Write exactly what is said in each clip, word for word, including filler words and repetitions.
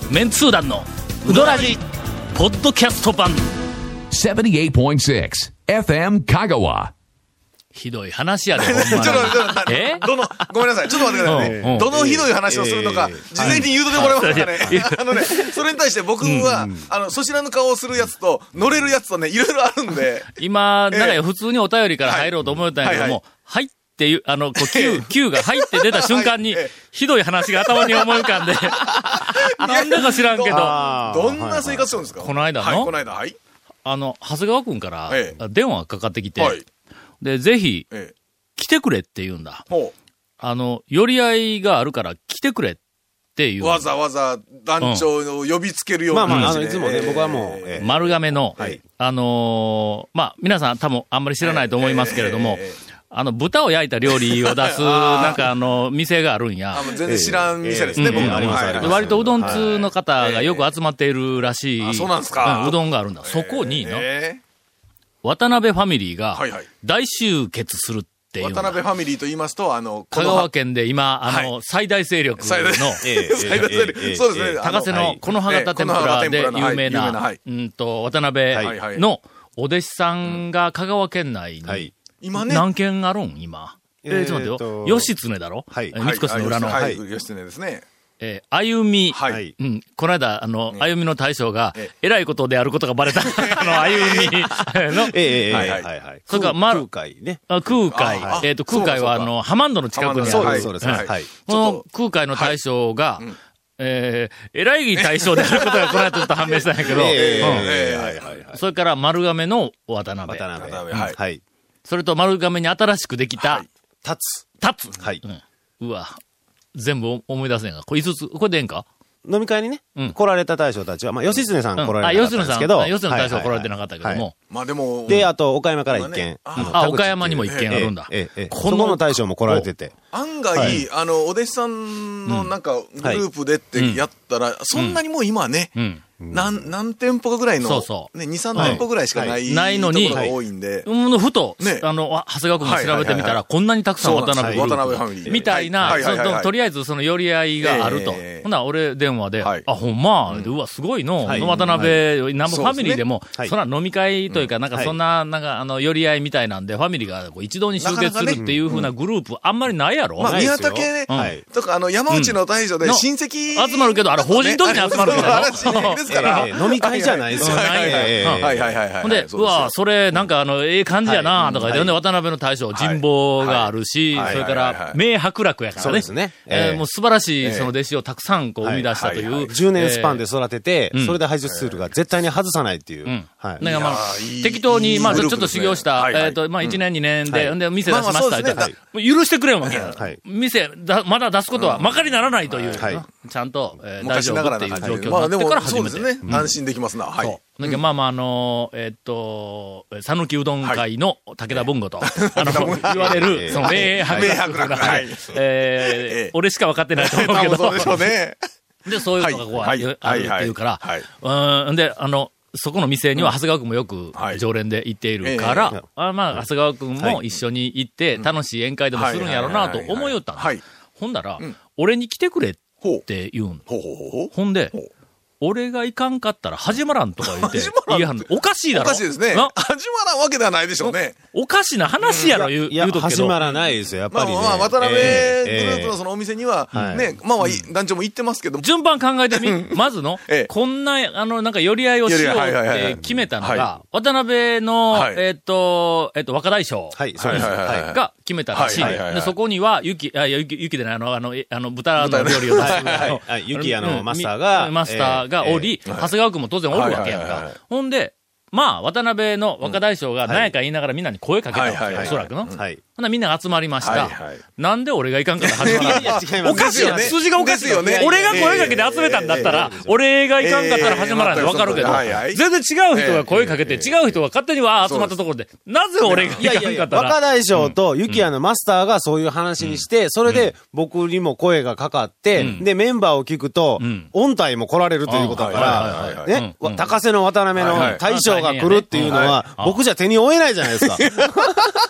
メンツー団のウドラジポッドキャスト版ななじゅうはちてんろく エフエム 香川。 ひどい話やで、ほんまに。 ちょっと、ちょっと待って、 えどの、ごめんなさい、ちょっと待ってくださいね。 うんうんどのひどい話をするのか、事前に言うとてもらえますかね。あのね、それに対して僕は、あの、そちらの顔をするやつと、乗れるやつとね、いろいろあるんで。 今、なんか普通にお便りから入ろうと思ったんやけども、入っていう、あの、こう、Q、Q が入って出た瞬間に、ひどい話が頭に思い浮かんで、なんでか知らんけど、 どんな生活してるんですか？ この間のはい、この間、はい。 あの、長谷川くんからええ電話がかかってきて、 はい。 で、ぜひ、 ええ。 来てくれって言うんだ。 ほあの、寄り合いがあるから来てくれって言うう。 んだ。 わざわざ団長を呼びつけるようなまあまあ、あの、 感じで。 いつもね、僕はもう、ええ丸亀の、 はいあのーまあ、皆さん多分あんまり知らないと思いますけれども、 ええええあの、豚を焼いた料理を出す、なんかあの、店があるんやあ、。もう全然知らん店ですね、 ええ僕は。 ありますはいありますで割とうどん通の方がよく集まっているらしい、 あそうなんですかううどんがあるんだ。そこにの、 え渡辺ファミリーがはいはい大集結するってえいうのが渡辺ファミリーと言いますと、あの、 香川県で今、あの、 は最大勢力の、 最大ええ最大勢力ええそうですね。 高瀬のこのはがた天ぷらで有名な、うんと、渡辺のお弟子さんが香川県内にはい。 今ね、 何軒あるん今。えー、ちょっと待ってよ。義経だろはいえー三越の裏の。 はい、義経ですね。 えー、歩み。 はい。 はいうん。この間、あの、歩みの大将がえ、 えらいことであることがバレた。あの、歩みの、 ええええはいはいはいはい。 それからまる空海ね。 あ空海あ。 えっと、空海は、あの、ハマンドの近くにある。 そうですそうです。 んはい。 この空海の大将が、えー、偉い大将であることがこの間ちょっと判明したんやけど、 ええうんええはいはいはい。 それから丸亀の渡辺。 渡辺。 渡辺はいはい。 それと丸亀に新しくできた、 立つ。 タツ。 はい。 うん。うわ。全部思い出せんが。これいつつ、これでええんか飲み会にねうん、 来られた大将たちは、まあ、吉常さん来らあ、 れなか吉野さん、 ったんですけど。 あ吉野大将来られてなかったけどはいはいも。 まあでも、 で、あと、岡山から一まあね軒。 あのあ、岡山にも一軒あるんだ。 ええ、ええ。 このそこの大将も来られてて。 案外、 はいあの、お弟子さんのなんか、グループでってやったら、そんなにもう今ね、 うん。 何、何店舗かぐらいの、 そうそうね、に、さん店舗ぐらいしかない、 はいないのにところが多いんで、 うん、ふと、 ねあの、あ長谷川君も調べてみたら、 はいはいはいはいこんなにたくさん渡辺グループ渡辺ファミリー。 みたいな、 はいはいはいはいそのとりあえずその寄り合いがあると。 ええほな、俺電話で、 はいあ、ほんま、でうわ、すごいの、 はい渡辺、なんぼファミリーでも、 はいそんな飲み会というか、なんかそんな、なんかあの、寄り合いみたいなんで、ファミリーがこう一堂に集結するっていう風なグループ、あんまりないやろ、 まあ、宮ないですよ武ね、 はいとか、あの、山内の大将でうん親戚、 集まるけどあれ法人同士に集まるからねあれ親戚ですから。 ええ飲み会じゃないですよ。 はいはいはいええうんはいはいはいはい。 ほんで、うわ、それ、なんかあの、ええ感じやな、とか言って、ほんで、渡辺の大将、人望があるし、 はいそれかはいはいはいら、名伯楽やからね。 そうですねえーええもう素晴らしい、 ええその弟子をたくさん、こう、生み出したという。 じゅうねんスパンで育ててええ、 それで排出するが絶対に外さないっていう。 うん。 はい。 だからまあいやーいい適当に、 いいまあちょっグループですねと修行したは、いはいえっと、まあいちねん、にねんで、 はいんで、店出しました、 まあまあそうですね言ったらもう許してくれんわけやはい。 店、だ、まだ出すことは、まかりならないという、 はいちゃんと、えー大丈昔なが夫っていう状らな感じで。 況になってまあでもから初めて。 そうですね。安心できますな。はい。 そう。だけどまあまあ、あのー、えっと、讃岐うどん会の武田文吾と、あの、言われる、その、名伯名楽伯楽はいえー、俺しか分かってないと思うけど多分そうでしょうね。 で、そういうのがこう、 はいはいあるっていうから、 はいはうん、で、あの、そこの店には長谷川くんもよくはい常連で行っているから、 ええあまあ、長谷川くんも一緒に行って、楽しい宴会でもするんやろうなと思いよったの。 はい。 ほんだら、 ん俺に来てくれっほう。 て言うん。 ほうほうほうほう。 ほんでほう、 俺が行かんかったら始まらんとか言って始ま、らん言いはんの。おかしいだろおかしいですね。 な始まらんわけではないでしょうね。 おかしな話やろ、言う、 いや言うとくけど。 始まらないですよ、やっぱりね。 まあまあ、渡辺グルええープのそのお店には、 はいね、まあまあ、団長も行ってますけど、 順番考えてみ。まずの、 ええこんな、あの、なんか、寄り合いをしよう寄り合いはいはいはいって決めたのはが、渡辺の、 はいえっと、えっと、若大将はい、そうです。 はいはいはいはい。 が決めたらしいはいはいはいはいで。で、そこには、ゆき、あ、ゆき、ゆきでない、あの、あの、えあの、豚の料理を出す。 はいはいはいはいゆきあのマスターがうんマスターがおり、 え長谷川くんも当然おるわけやんかはいはいはいはい。 ほんで、まあ、渡辺の若大将が何やか言いながらみんなに声かけたわけよ、 はいはいはいおそらくの。 はい。 ほな、みんなが集まりました。 はいはいなんで俺が行かんから始まらんのいや違いますおかしいやん。 ですよね数字がおかしいですよね俺が声かけて集めたんだったら、俺が行かんかったら始まらんってわかるけど、 はいはい全然違う人が声かけて、違う人が勝手にわー集まったところで、なぜ俺が行かんかったら、 若大将とゆきやのマスターがそういう話にして、それで僕にも声がかかって、で、メンバーを聞くとん、 音体も来られるということだかはいはいはいら、 はいね、高瀬の渡辺の大将が来るっていうのははいはい、 僕じゃ手に負えないじゃないですか。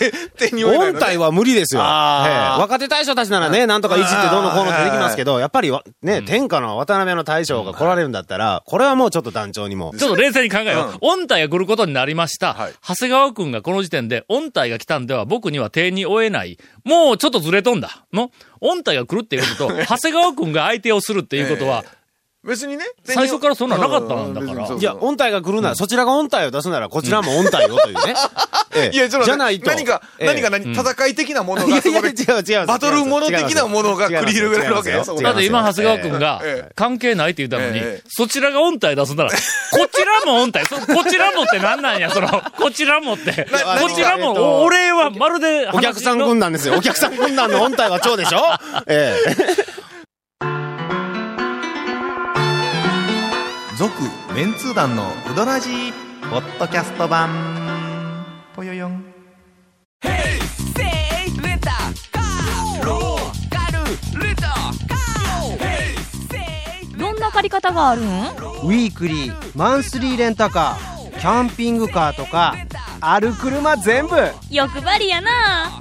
手に負えないのね。 音体は無理ですよ。 あーええ若手大将たちならね、なんとかいじってどうのこうのってできますけど、やっぱりわね、天下の渡辺の大将が来られるんだったら、これはもうちょっと団長にも。 ちょっと冷静に考えよう。音体が来ることになりました。 はい長谷川くんがこの時点で音体が来たんでは僕には手に負えない。もうちょっとずれとんだ。の音体が来るっていうことと、長谷川くんが相手をするっていうことは、 別にね。 最初からそんななかったんだからうんいや、音体が来るなら、そちらが音体を出すなら、こちらも音体をというね。ええいや、ちょっと待ってじゃないと。 何か、 ええ何か何、戦い的なものいやが、そこいや、違で、 う違う。 バトルもの的なものが繰り広げられるわけよ。そこでだって今、長谷川くんがええ、 関係ないって言ったのにええ、 そちらが音体出すなら、こちらも音体、そこちらもってなんなんや、その、こちらもって。 なこちらも、 えっとお俺はまるで、 お客さん軍団ですよ。お客さん軍団の音体は蝶でしょええ。 続、メンツー団のうどらじポッドキャスト版。ぽよよん。 どんな借り方があるん？ ウィークリー、マンスリーレンタカー、キャンピングカーとか、ある車全部。 欲張りやな。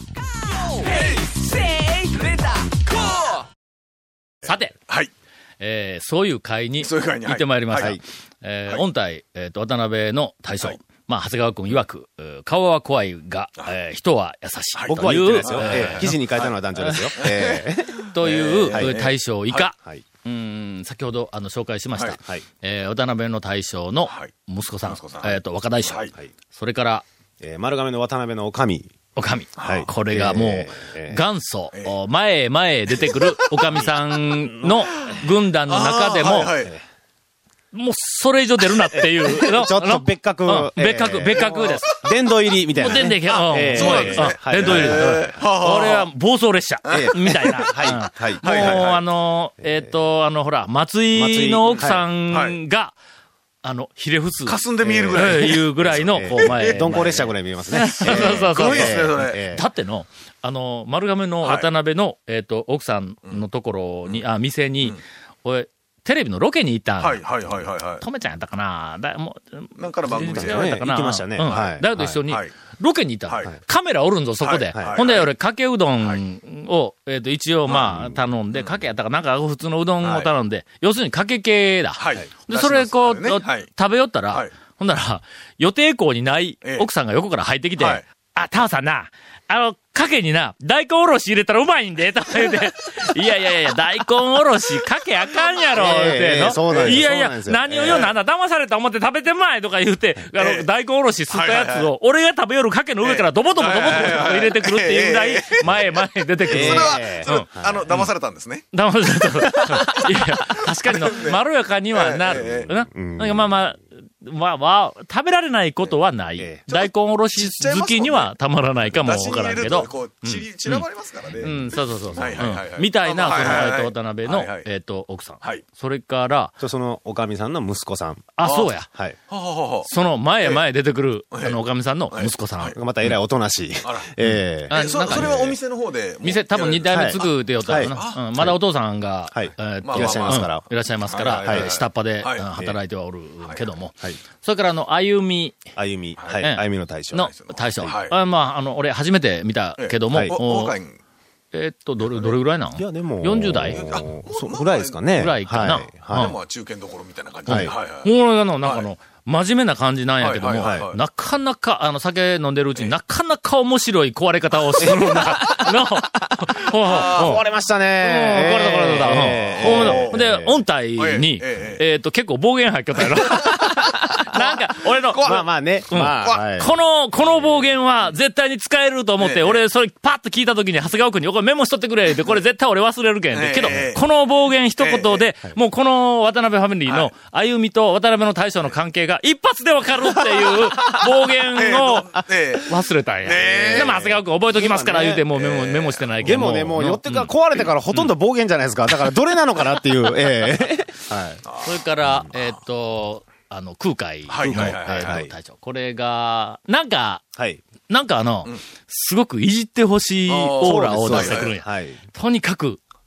さて、 はい。 えーそういう会にそういう会に行ってまいりました。 はいえー音体、えっと、渡辺の大将。まあ、長谷川君曰く、えー顔は怖いが、えー人は優しい。 僕は言ってないですよ。 というええ記事に書いたのは団長ですよ。ええ。 という、 はい大将以下、 はい。 うーん、先ほど、あの、紹介しました。 はいはいえー渡辺の大将のはい息子さん、 息子さんえっ、と、若大将、 はいそれから、 えー丸亀の渡辺のおかみ。 おかみ。 はいこれがもう、 えーえー元祖、お前へ前へ出てくるおかみさんの軍団の中でも、 あーはいはいもうそれ以上出るなっていうの。 ちょっと別格うん別格、 えー別格です。 殿堂入りみたいなね。 もう出んでけ、うんえーそうなんですねうん殿堂入りです。 えーはあはあこれは暴走列車え、 みたいな。 はいうんはいもう、 はいはいはいあの、えっと、あの、ほら、松井の奥さはいんが、あの、ひれ伏す。 霞んで見えるぐらいえーいうぐらいの、こう、前。 鈍行列車ぐらい見えますね。 そうそうそうすごいですね、それ。 ええだっての、あの、丸亀の渡辺の、えっと、奥さんのところに、あ、店に、俺、テレビのロケに行ったん。 はいはいはいはいはとめちゃんやったかなだもう、 なんかの番組で違うやったかな行きましたねうんはいだけど一緒にはい、 ロケに行ったのはいカメラおるんぞ、そこで。 はいはいほんで、俺、かけうどんを、えっと、一応、まあ、頼んで、かけやったかなんか普通のうどんを頼んで、要するにかけ系だ。 はい。 で、それこう、 出しますからねはい食べよったら、 はいほんなら、予定校にないええ奥さんが横から入ってきて、 はいあ、タオさんな、あの、かけにな、大根おろし入れたらうまいんで、とか言うて、いやいやいや、大根おろしかけあかんやろ、 ええ言うてのええそうなんですいやいやそうなんです、よ何を言うの、あんた騙された思って食べてまいとか言うて、あの、 ええ大根おろし吸ったやつはいはいを、俺が食べよるかけの上からドボドボドボドボ入れてくるっていうぐらい、前へ前へ出てくる。 それはええ、 それあの、騙されたんですね。 騙された。いや、確かにの、まろやかにはなる。 ええな。なんかまあまあ、まあまあ、食べられないことはない。 ええ大根おろし好きにはたまらないかもわ出汁に入れからんけど。 るとこう、ちり、散らばりますからね。 うん、そうそうそうそう。 はいはいはいはいうんみたいな、その、 はいはいはいえっと、渡辺のはいはい、 えっと、奥さんはい。 それから、 とそのおかみさんの息子さん。 あ、そうや。 はい。 はははは。 その前へ前へ出てくる、 ええあの、おかみさんの息子さん。 またえらいおとなしい。 あらええあえ、そなんかそれはお店の方で。 店、多分二代目継ぐって言ったかはいな。うんまだお父さんが、 はいえーっとまあいらっしゃいますからうんいらっしゃいますから、 はいはいはいえー下っ端で、 はいうん働いてはおるけども。 はい。 それから、あの、歩み歩み。はい。 ええ歩みの大将。 の大将。 はいあまあ、あの、俺初めて見たけども、 ええおお若いん。 えーっと、どれ、どれぐらいなんいや、でも。 よんじゅう代あそうぐらいですかね。 ぐらいかなはい。 ではいも中堅どころみたいな感じはいで。はいはい。 これがの、なんかの、真面目な感じなんやけども、 はいはいはいはいなかなか、あの、酒飲んでるうちになかなか面白い壊れ方をするんだ。の、ほうほうほう壊れましたうんね。 これだこれだ。うんええほんええで、音体に、 えええっと、結構暴言入っきゃったやろ。なんか、俺の、 まあまあね。まあ。はいこの、この暴言は絶対に使えると思って、 ええ俺、それパッと聞いた時に、長谷川君に、これメモしとってくれって、これ絶対俺忘れるけんって。 ええけどええ、 この暴言一言で、もうこの渡辺ファミリーの歩みと渡辺の大将の関係が一発でわかるっていう暴言をええ忘れたんや。 ええでも長谷川君覚えときますから言うて、もうメモ、 ええメモしてないけど。 でもね、もう寄ってから壊れてからほとんど暴言じゃないですか。だからどれなのかなっていう。ええ。はい。 それから、えっと、あの、空海の、 はいはいはいはいえっと、大将。これが、なんか、 はい。 なんかあの、すごくいじってほしいオーラを出してくるんや。 はい。 とにかく、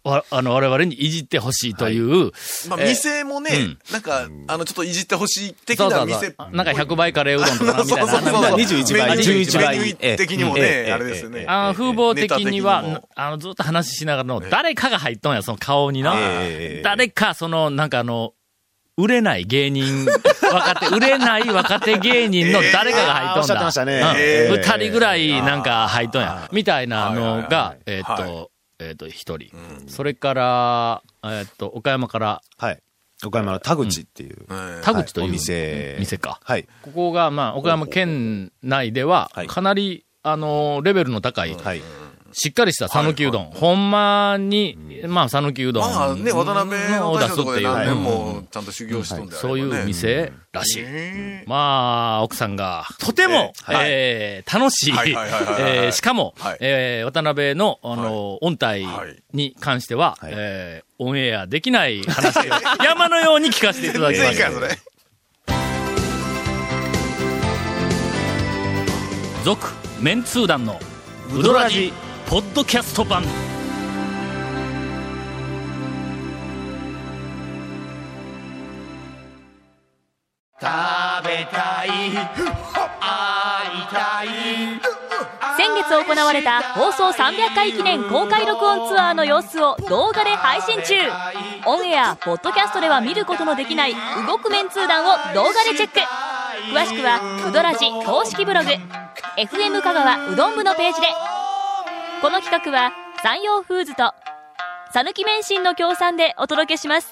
わ、あの、我々にいじってほしいという。 まあ、店もね、なんか、あの、ちょっといじってほしい的な店。 なんかひゃくばいカレーうどんとかみたいな。 そうそうそう。 にじゅういちばい、じゅういちばい。 メニュー的にもね、あれですよね。 あの、風貌的には、あの、ずっと話しながらの、誰かが入っとんや、その顔にな。誰か、その、なんかあの、売れない芸人、若手、売れない若手芸人の誰かが入っとんだ。 おっしゃってましたね。 うん。二人ぐらいなんか入っとんや。みたいなのが、えっと、えっと、一人。それから、えっと、岡山から、 はい。岡山の田口っていう。 田口という店。 店か。 はい。 ここが、まあ、岡山県内では、かなり、あの、レベルの高い、しっかりした讃岐うどん。ほんまに、まあ、讃岐うどん。 まあね、渡辺の大将のところで何年もちゃんと修行しとんだよね。 そういう店らしい。まあ、奥さんが、とても、えー、楽しい。えー、しかも、えー、渡辺の、あの、音体に関しては、えー、オンエアできない話を山のように聞かせていただきました。続、メンツー団のウドラジポッドキャスト版。 先月行われた放送さんびゃっかい記念公開録音ツアーの様子を動画で配信中。オンエア、ポッドキャストでは見ることのできない動くメンツー団を動画でチェック。詳しくはうどらじ公式ブログ エフエム 香川うどん部のページで。この企画は山陽フーズと讃岐麺心の協賛でお届けします。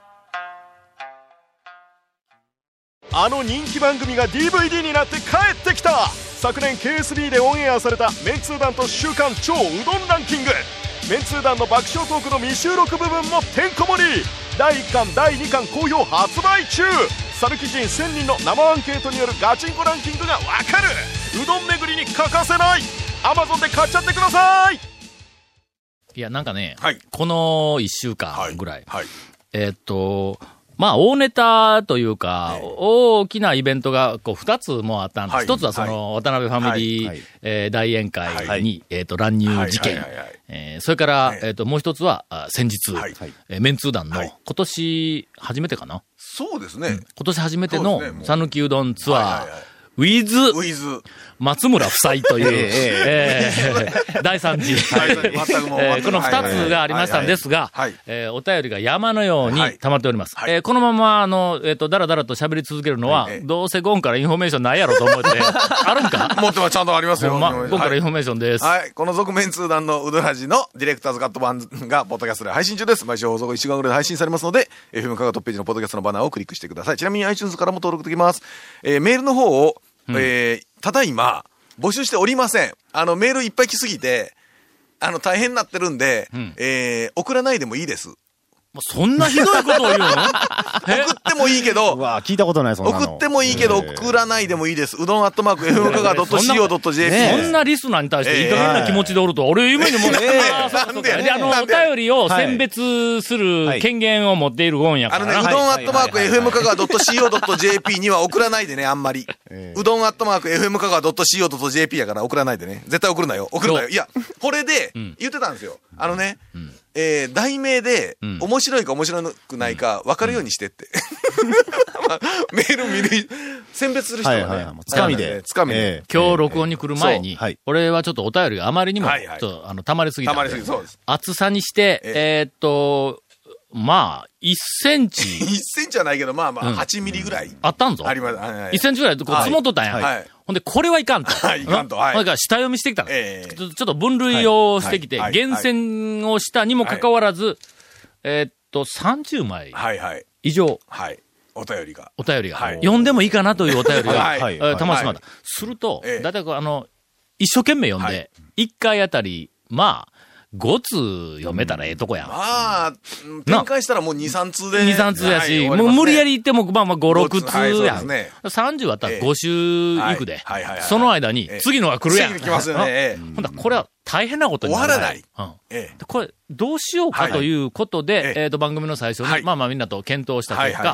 あの人気番組が ディーブイディー になって帰ってきた。昨年 ケーエスビー でオンエアされたメンツー団と週刊超うどんランキング。メンツー団の爆笑トークの未収録部分もてんこ盛り。だいいっかんだいにかん好評発売中。讃岐人せんにんの生アンケートによるガチンコランキングがわかる。うどん巡りに欠かせない。アマゾンで買っちゃってください。 いや、なんかね、 はい、 このいっしゅうかんぐらい、 はいはい、 えー、っと、まあ、大ネタというか、大きなイベントが、こう、二つもあったんです。一、はい、つはその、はい、渡辺ファミリー、はいえー、大宴会に、はい、えー、っと、乱入事件。えー、それから、はい、えー、っと、もう一つは、先日、はいえー、メンツー団の、今年、初めてかなそうですね。 今年初めての、讃岐うどんツアー、はいはいはいウィズ、 ウィズ松村夫妻という、えー、第三次、えー、この二つがありましたんですが、えー、お便りが山のように溜まっております。はいえー、このまま、あの、えっ、ー、と、だらだらと喋り続けるのは、はい、どうせゴンからインフォメーションないやろと思って、あるんかもっとちゃんとありますよ。 ま、ゴンからインフォメーションです。 はい。はい、この続面通談のうどらじのディレクターズカット版が、ポッドキャストで配信中です。毎週放送後いっしゅうかんぐらいで配信されますので、エフエム 香川トップページのポッドキャストのバナーをクリックしてください。ちなみに iTunes からも登録できます。えー、メールの方を、うんえー、ただいま、募集しておりません。あの、メールいっぱい来すぎて、あの、大変になってるんで、うん、えー、送らないでもいいです。 そんなひどいことを言うの送ってもいいけど、 うわ聞いたことないそんなの。 送ってもいいけど、送らないでもいいです。うどんアットマーク エフエム 香川 ドットシーオー ドット ジェーピー。 そんなリスナーに対していい加減な気持ちでおると、俺夢にもね、なんであの、お便りを選別する権限を持っているゴンやからな。 あのね、うどんアットマーク エフエム 香川 ドットシーオー ドット ジェーピー には送らないでね、あんまり。うどんアットマーク エフエム 香川 ドットシーオー ドット ジェーピー やから送らないでね。絶対送るなよ。送るなよ。いや、これで、言ってたんですよ。あのね、えー、題名で、うん、面白いか面白くないか分かるようにしてって。まあ、メール見る、選別する人はね。はいはい、 つかみで。 つかみで。 今日録音に来る前に、はい、俺はちょっとお便りがあまりにも、はいはい、ちょっとあの、溜まりすぎた。溜まりすぎ、そうです。厚さにして、えー、えー、っと、まあ、いっセンチ。 いっセンチはないけど、まあまあ、はちミリぐらい。うん、 あったんぞ。 あります。 いっセンチぐらい、こう、積もっとったんや。はい。ほんで、これはいかんと。 はい、いかんと。はい。 だから、下読みしてきたの。えー、ちょっと分類をしてきて、はい、厳選をしたにもかかわらず、はい、えー、っと、さんじゅうまい。はいはい。以上。 はい。お便りが。 お便りが。はい。読んでもいいかなというお便りが、はい。たまってしまった。すると、だいたいあの、一生懸命読んで、いっかいあたり、まあ、ごつ読めたらええとこやん。 まあ、展開したらもうに、さんつうで。 に、さんつうやし、もう無理やり言っても、まあまあご、ろくつうやん。さんじゅうあったらご週いくで。その間に、次のが来るやん。 次来ますよね。 ほんだこれは大変なことになる。 終わらない。 これ、どうしようかということで、えっと、番組の最初に、まあまあみんなと検討した結果、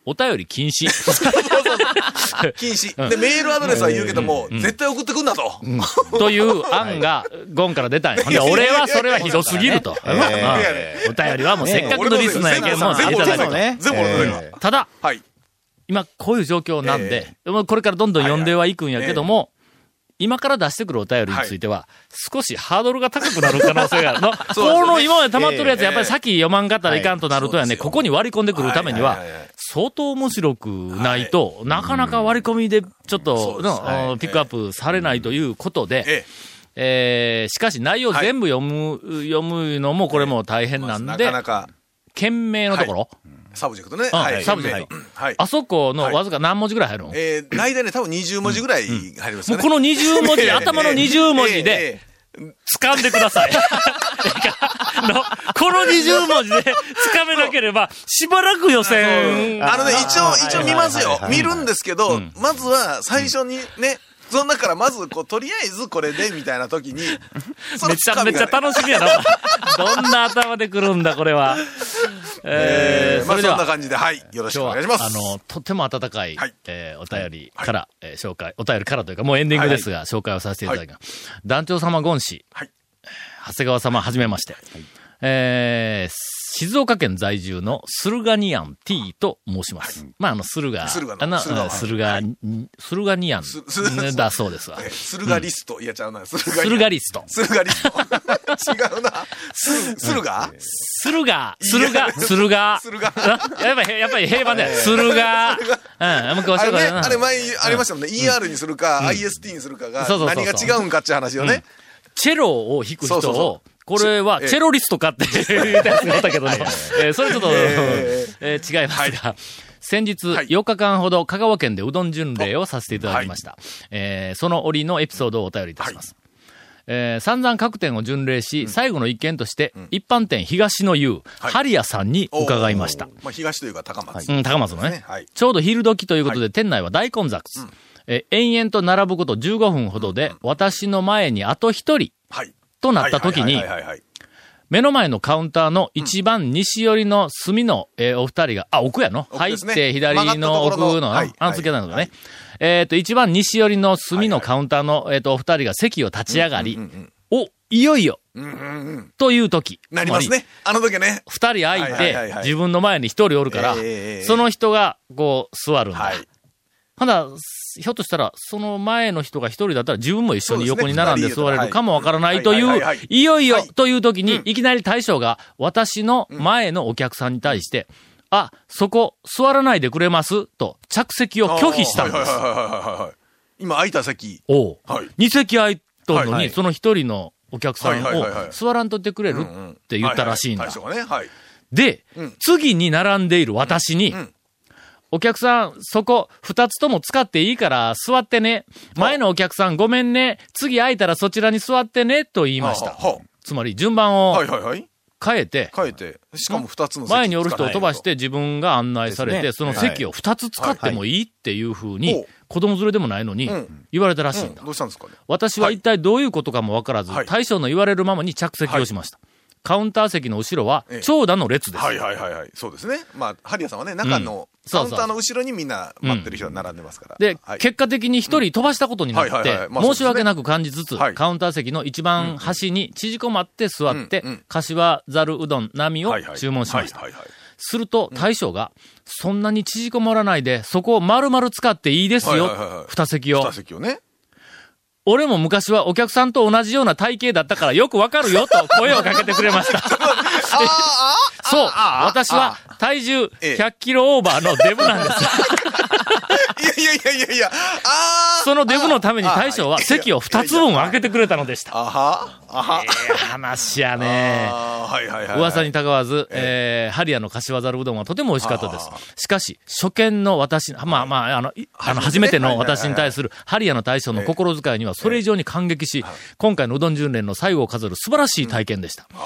お便り禁止。 禁止。で、メールアドレスは言うけども、絶対送ってくんなと。 という案が、ゴンから出たんや。で、俺はそれはひどすぎると。お便りはもうせっかくのリスナーやけんもう全部いただくと。 全部俺のだただ、 はい。 今こういう状況なんで、これからどんどん読んではいくんやけども、今から出してくるお便りについては、少しハードルが高くなる可能性があるの。この今まで溜まってるやつ、やっぱり先読まんかったらいかんとなるとやね、ここに割り込んでくるためには、相当面白くないと、なかなか割り込みでちょっとの、ピックアップされないということで、えー、しかし内容全部読む、読むのもこれも大変なんで、 なかなか。 件名のところ、 サブジェクトね。 うんはい。 サブジェクトはい。 あそこのわずか何文字ぐらい入るの、 えー、大体ね、多分にじゅう文字ぐらい入りますよね。 もうこのにじゅう文字、頭のにじゅう文字で、掴んでください。のこのにじゅう文字で掴めなければ、しばらく予選。 あのね、一応、一応見ますよ。見るんですけど、まずは最初にね、その中からまず、こう、とりあえずこれで、みたいな時に、 めちゃめちゃ楽しみやな。どんな頭で来るんだ、これは。えー、それでは、 そんな感じで、はい。よろしくお願いします。 あの、とても温かい、えー、お便りから、えー、紹介、お便りからというか、もうエンディングですが、紹介をさせていただきます。団長様ゴン氏、長谷川様はじめまして。えー、静岡県在住のスルガニアン T と申します。まあ、あの、スルガ、 スルガのあの、 スルガスルガ、スルガニアンだそうですわ。 スルガリスト。いや、ちゃうな。ススルガリスト。 スルガリスト。違うな。スル、スルガスルガ、スルガ、スルガ。 スルガ。 やっぱり、やっぱり平板だよ。スルガ。うん、もう一回教えてください。 あれ前ありましたもんね。イーアール にするか、アイエスティー にするかが、何が違うんかっていう話をね。 チェロを弾く人を、これは、チェロリストかって言ったやつがあったけどね。えー、それちょっと、えー、違いますが、先日、よっかかんほど香川県でうどん巡礼をさせていただきました。えー、その折のエピソードをお便りいたします。えー、散々各店を巡礼し、最後の一軒として、一般店東の湯、ハリヤさんに伺いました。 まあ、東というか高松。 うん、高松のね。ちょうど昼時ということで、店内は大混雑。えー、延々と並ぶことじゅうごふんほどで、私の前にあと一人、となった時に、目の前のカウンターの一番西寄りの隅の、えー、お二人が、あ、奥やの、入って左の奥の、あの付けなのね。えっと、一番西寄りの隅のカウンターの、えっと、お二人が席を立ち上がり、お、いよいよ、という時。 なりますね。あの時ね。 二人空いて、自分の前に一人おるから、その人が、こう、座るんだ。ただ、ひょっとしたら、その前の人が一人だったら自分も一緒に横に並んで座れるかもわからないという、いよいよという時に、いきなり大将が私の前のお客さんに対して、あ、そこ座らないでくれますと着席を拒否したんです。 今空いた席。 おう。二席空いとるのに、その一人のお客さんを座らんとってくれるって言ったらしいんだ。で、次に並んでいる私に、お客さん、そこ、二つとも使っていいから座ってね。前のお客さんごめんね。次空いたらそちらに座ってね。と言いました。つまり順番を変えて、 変えて、しかも二つの席前におる人を飛ばして自分が案内されて、その席を二つ使ってもいいっていうふうに、子供連れでもないのに言われたらしいんだ。 どうしたんですかね。 私は一体どういうことかもわからず、大将の言われるままに着席をしました。カウンター席の後ろは長蛇の列です。 はいはいはいはい。そうですね。まあ、ハリアさんはね、中のカウンターの後ろにみんな待ってる人が並んでますから。 で、結果的に一人飛ばしたことになって、申し訳なく感じつつ、カウンター席の一番端に縮こまって座って、柏ざるうどん並みを注文しました。すると、大将が、そんなに縮こまらないで、そこを丸々使っていいですよ。二席を。 二席をね。 俺も昔はお客さんと同じような体型だったからよくわかるよと声をかけてくれました。そう、私は体重ひゃっキロオーバーのデブなんです。 いやいやいやいや、あそのデブのために大将は席を二つ分開けてくれたのでした。 あはあはええ話やね。噂にたがわず、えー、ハリアの柏ざるうどんはとても美味しかったです。しかし、初見の私、まあまあ、あの、あの、初めての私に対するハリアの大将の心遣いにはそれ以上に感激し、今回のうどん巡礼の最後を飾る素晴らしい体験でした。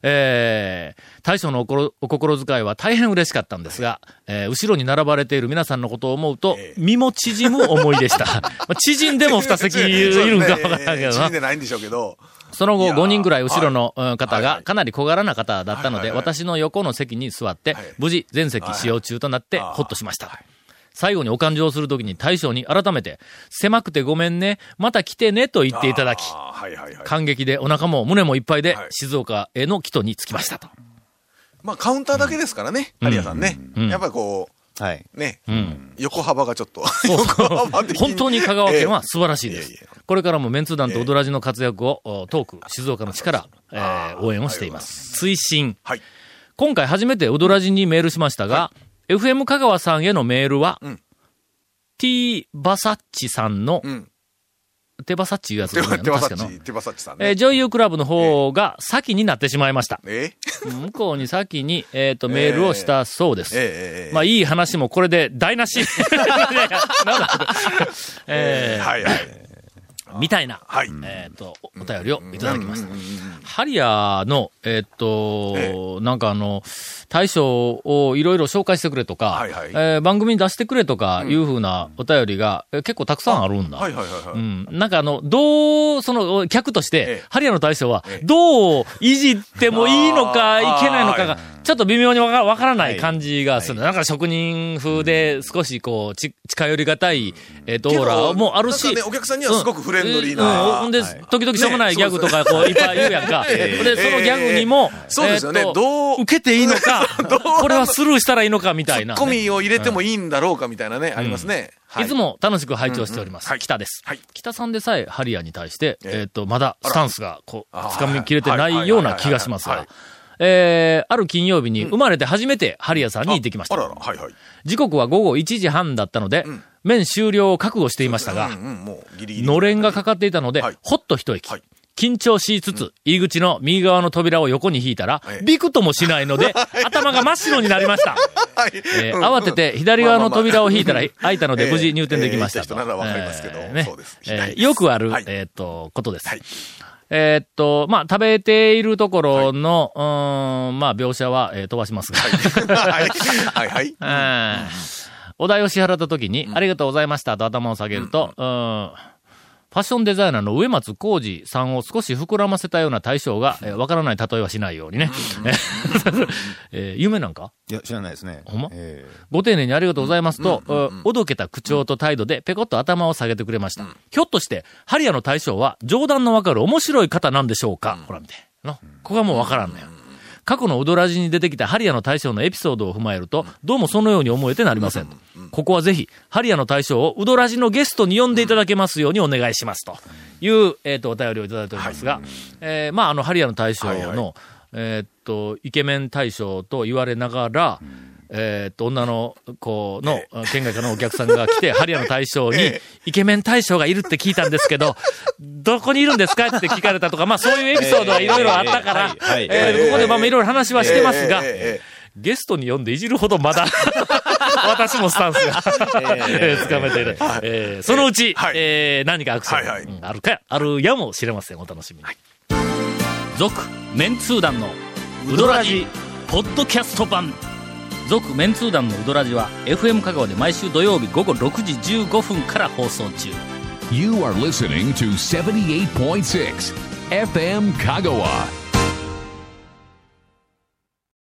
えー、大将のおころお心遣いは大変嬉しかったんですが、えー、後ろに並ばれている皆さんのことを思うと、身も縮む思いでした。縮んでも二席いるんかわからんけどな。 縮んでないんでしょうけど。 その後ごにんぐらい後ろの方がかなり小柄な方だったので、私の横の席に座って、無事全席使用中となってほっとしました。最後にお勘定するときに大将に改めて、狭くてごめんね、また来てねと言っていただき、感激でお腹も胸もいっぱいで静岡への帰途に着きましたと。 まあカウンターだけですからね、ハリアさんね。やっぱりこう、 はい。 ね、横幅がちょっと。 本当に香川県は素晴らしいです。これからもメンツー団とオドラジの活躍を、トーク、静岡の力、えー、応援をしています。推進。 はい。 今回初めてオドラジにメールしましたが、エフエム 香川さんへのメールは、うん、T バサッチさんの、うん、テバサッチいうやつですね。 テバサッチ、テバサッチさんね。 えー、女優クラブの方が先になってしまいました。 えー、向こうに先に、えっ、ー、と、メールをしたそうです。えーえー、まあ、いい話もこれで台無し。えー、はいはい。みたいな、はい、えっ、ー、と、お便りをいただきました。ハリアーの、えっ、ー、と、ええ、なんかあの、大将をいろいろ紹介してくれとか、はいはい、えー、番組に出してくれとかいうふうなお便りが、うん、結構たくさんあるんだ。はいはいはいはい、うん。なんかあの、どう、その、客として、ええ、ハリアーの大将は、どういじってもいいのかいけないのかが、ちょっと微妙にわからわからない感じがする、はいはい。なんか職人風で少しこう、ち近寄りがたい、えっ、ー、と、オーラもあるし。 なんかね、お客さんにはすごくフレンドリーな。 うん。うん、で、はい、時々しょうもないギャグとか、こう、いっぱい言うやんか。で、そのギャグにも、 そうですよね、どう、 受けていいのか、これはスルーしたらいいのかみたいな、ね。 ツッコミを入れてもいいんだろうかみたいなね、うん、ありますね。 はい、いつも楽しく拝聴しております。うんうん、北です、はい。北さんでさえハリアーに対して、えっ、ー、と、まだスタンスが、こう、掴みきれてないような気がしますが、えー、ある金曜日に生まれて初めてハリアーさんに行ってきました。うん、あらら、はいはい。時刻はごごいちじはんだったので、うん、麺終了を覚悟していましたが、うんうん、もうギリギリのれんがかかっていたので、はい、ほっと一息。はい、緊張しつつ、うん、入り口の右側の扉を横に引いたら、はい、ビクともしないので、頭が真っ白になりました。はい、えー、慌てて左側の扉を引いたら開いたので無事入店できましたと。よくある、はい、えっ、ー、と、ことです。はい、えー、っと、まあ、食べているところの、はい、うーん、まあ、描写は、えー、飛ばしますが。はい。はい、はい。はい。お題を支払ったときに、うん、ありがとうございましたと頭を下げると、うん、うんファッションデザイナーの植松浩二さんを少し膨らませたような大将が、えー、わからない例えはしないようにね。えー、夢なんかいや、知らないですね。 ほんま、えー、ご丁寧にありがとうございますと、うんうんうん、おどけた口調と態度でペコッと頭を下げてくれました。うん、ひょっとして、ハリアの大将は冗談のわかる面白い方なんでしょうか、うん、ほら見て。のここがもうわからんのよ。過去のウドラジに出てきたハリアの大将のエピソードを踏まえると、どうもそのように思えてなりません。ここはぜひ、ハリアの大将をウドラジのゲストに呼んでいただけますようにお願いしますという、えっ、ー、と、お便りをいただいておりますが、はい、えー、まあ、あの、ハリアの大将の、はいはい、えっ、ー、と、イケメン大将と言われながら、えっと、女の子の県外からのお客さんが来て、ハリアの大将に、イケメン大将がいるって聞いたんですけど、どこにいるんですかって聞かれたとか、まあそういうエピソードはいろいろあったから、えここでまあいろいろ話はしてますが、ゲストに呼んでいじるほどまだ、私もスタンスが、えー、つかめている。えー、そのうち、はい、えー、何かアクション、はいはい、うん、あるか、あるやもしれません。お楽しみに。続、メンツー団のウドラジ、ポッドキャスト版。続メンツー団のウドラジは エフエム 香川で毎週土曜日午後ろくじじゅうごふんから放送中。 You are listening to seventy-eight point six エフエム 香川。